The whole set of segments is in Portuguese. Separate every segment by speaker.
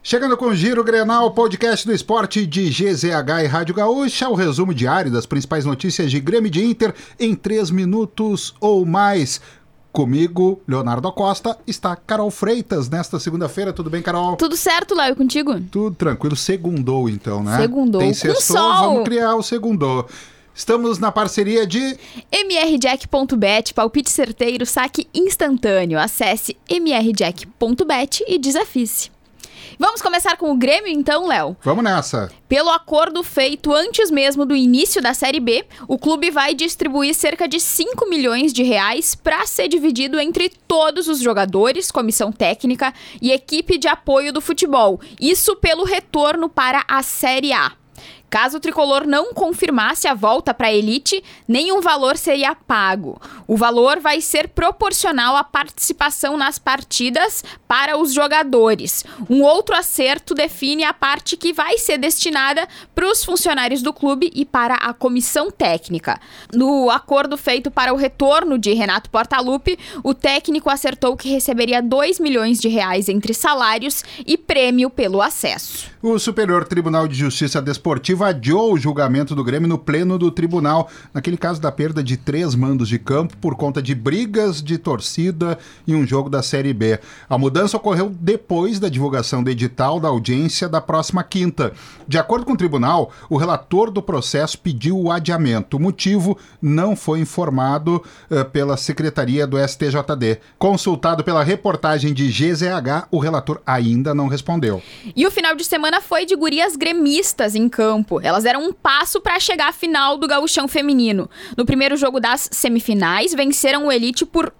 Speaker 1: Chegando com o Giro Grenal, podcast do esporte de GZH e Rádio Gaúcha, o resumo diário das principais notícias de Grêmio e de Inter em 3 minutos ou mais. Comigo, Leonardo Acosta, está Carol Freitas nesta segunda-feira. Tudo bem, Carol?
Speaker 2: Tudo certo, Léo, e contigo?
Speaker 1: Tudo tranquilo. Segundou, então, né?
Speaker 2: Segundou.
Speaker 1: Tem
Speaker 2: com
Speaker 1: sextou,
Speaker 2: sol.
Speaker 1: Vamos criar o segundou. Estamos na parceria de
Speaker 2: mrjack.bet, palpite certeiro, saque instantâneo. Acesse mrjack.bet e desafie-se. Vamos começar com o Grêmio então, Léo?
Speaker 1: Vamos nessa.
Speaker 2: Pelo acordo feito antes mesmo do início da Série B, o clube vai distribuir cerca de 5 milhões de reais para ser dividido entre todos os jogadores, comissão técnica e equipe de apoio do futebol. Isso pelo retorno para a Série A. Caso o tricolor não confirmasse a volta para a elite, nenhum valor seria pago. O valor vai ser proporcional à participação nas partidas para os jogadores. Um outro acerto define a parte que vai ser destinada para os funcionários do clube e para a comissão técnica. No acordo feito para o retorno de Renato Portaluppi, o técnico acertou que receberia 2 milhões de reais entre salários e prêmio pelo acesso.
Speaker 1: O Superior Tribunal de Justiça Desportiva adiou o julgamento do Grêmio no pleno do tribunal, naquele caso da perda de 3 mandos de campo por conta de brigas de torcida em um jogo da Série B. A mudança ocorreu depois da divulgação do edital da audiência da próxima quinta. De acordo com o tribunal, o relator do processo pediu o adiamento. O motivo não foi informado pela Secretaria do STJD. Consultado pela reportagem de GZH, o relator ainda não respondeu.
Speaker 2: E o final de semana foi de gurias gremistas em campo. Elas deram um passo para chegar à final do Gauchão Feminino. No primeiro jogo das semifinais, venceram o Elite por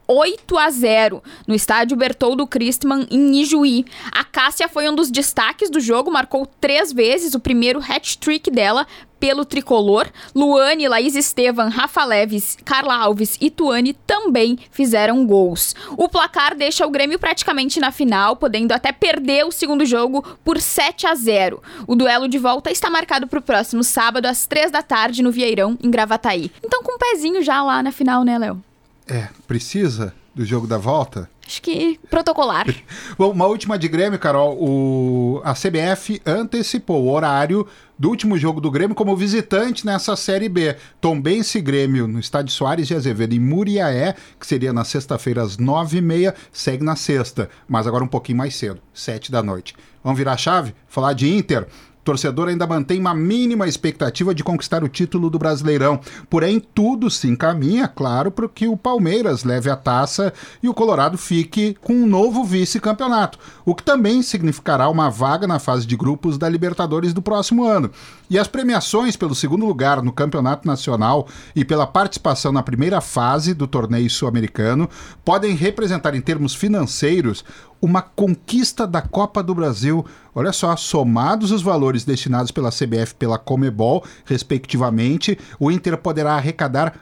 Speaker 2: 8-0 no estádio Bertoldo Christmann, em Ijuí. A Cássia foi um dos destaques do jogo, marcou 3 vezes, o primeiro hat-trick dela pelo tricolor. Luane, Laís Estevam, Rafa Leves, Carla Alves e Tuane também fizeram gols. O placar deixa o Grêmio praticamente na final, podendo até perder o segundo jogo por 7-0. O duelo de volta está marcado para o próximo sábado, às 3 da tarde, no Vieirão, em Gravataí. Então com um pezinho já lá na final, né, Léo?
Speaker 1: Precisa do jogo da volta?
Speaker 2: Acho que protocolar.
Speaker 1: Bom, uma última de Grêmio, Carol. A CBF antecipou o horário do último jogo do Grêmio como visitante nessa Série B. Tombense e Grêmio no estádio Soares de Azevedo, em Muriaé, que seria na sexta-feira às 9h30, segue na sexta, mas agora um pouquinho mais cedo, 7 da noite. Vamos virar a chave? Falar de Inter? O torcedor ainda mantém uma mínima expectativa de conquistar o título do Brasileirão. Porém, tudo se encaminha, claro, para que o Palmeiras leve a taça e o Colorado fique com um novo vice-campeonato, o que também significará uma vaga na fase de grupos da Libertadores do próximo ano. E as premiações pelo segundo lugar no Campeonato Nacional e pela participação na primeira fase do torneio sul-americano podem representar, em termos financeiros, uma conquista da Copa do Brasil. Olha só, somados os valores destinados pela CBF e pela Conmebol, respectivamente, o Inter poderá arrecadar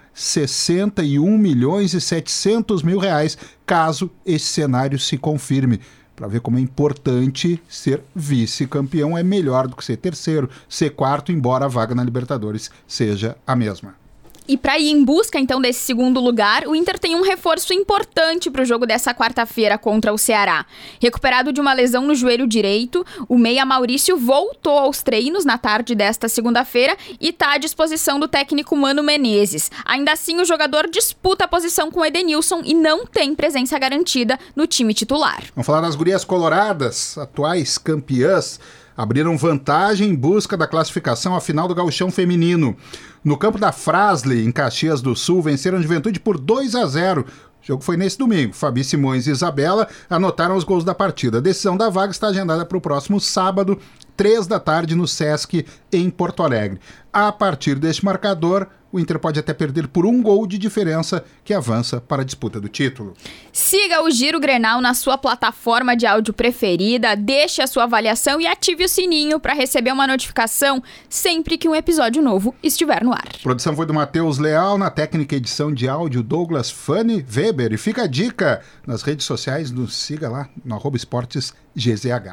Speaker 1: 61 milhões e 700 mil reais, caso esse cenário se confirme. Para ver como é importante ser vice-campeão, é melhor do que ser terceiro, ser quarto, embora a vaga na Libertadores seja a mesma.
Speaker 2: E para ir em busca, então, desse segundo lugar, o Inter tem um reforço importante para o jogo dessa quarta-feira contra o Ceará. Recuperado de uma lesão no joelho direito, o meia Maurício voltou aos treinos na tarde desta segunda-feira e está à disposição do técnico Mano Menezes. Ainda assim, o jogador disputa a posição com o Edenilson e não tem presença garantida no time titular.
Speaker 1: Vamos falar das gurias coloradas, atuais campeãs. Abriram vantagem em busca da classificação à final do Gauchão Feminino. No campo da Frasle, em Caxias do Sul, venceram a Juventude por 2-0. O jogo foi nesse domingo. Fabi Simões e Isabela anotaram os gols da partida. A decisão da vaga está agendada para o próximo sábado, 3 da tarde, no Sesc, em Porto Alegre. A partir deste marcador, o Inter pode até perder por 1 gol de diferença, que avança para a disputa do título.
Speaker 2: Siga o Giro Grenal na sua plataforma de áudio preferida, deixe a sua avaliação e ative o sininho para receber uma notificação sempre que um episódio novo estiver no ar.
Speaker 1: A produção foi do Matheus Leal, na técnica e edição de áudio Douglas Fanny Weber. E fica a dica nas redes sociais, nos siga lá no @esportesgzh.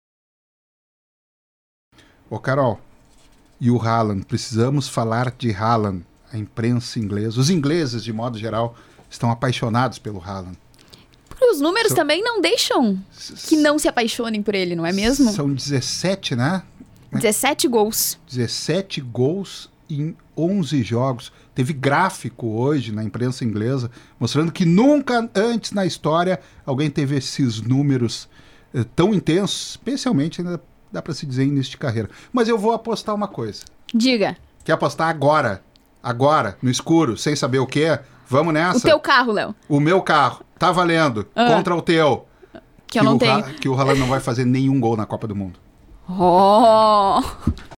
Speaker 1: Ô Carol, e o Haaland, precisamos falar de Haaland. A imprensa inglesa, os ingleses de modo geral, estão apaixonados pelo Haaland.
Speaker 2: Porque os números também não deixam que não se apaixonem por ele, não é mesmo?
Speaker 1: São 17, né?
Speaker 2: 17 gols.
Speaker 1: 17 gols em 11 jogos. Teve gráfico hoje na imprensa inglesa mostrando que nunca antes na história alguém teve esses números tão intensos, especialmente, ainda dá para se dizer, início de carreira. Mas eu vou apostar uma coisa.
Speaker 2: Diga.
Speaker 1: Quer apostar agora? Agora, no escuro, sem saber o quê? Vamos nessa?
Speaker 2: O teu carro, Léo.
Speaker 1: O meu carro. Tá valendo. Contra o teu.
Speaker 2: Que eu não tenho.
Speaker 1: Que o Haaland não vai fazer nenhum gol na Copa do Mundo.
Speaker 2: Oh!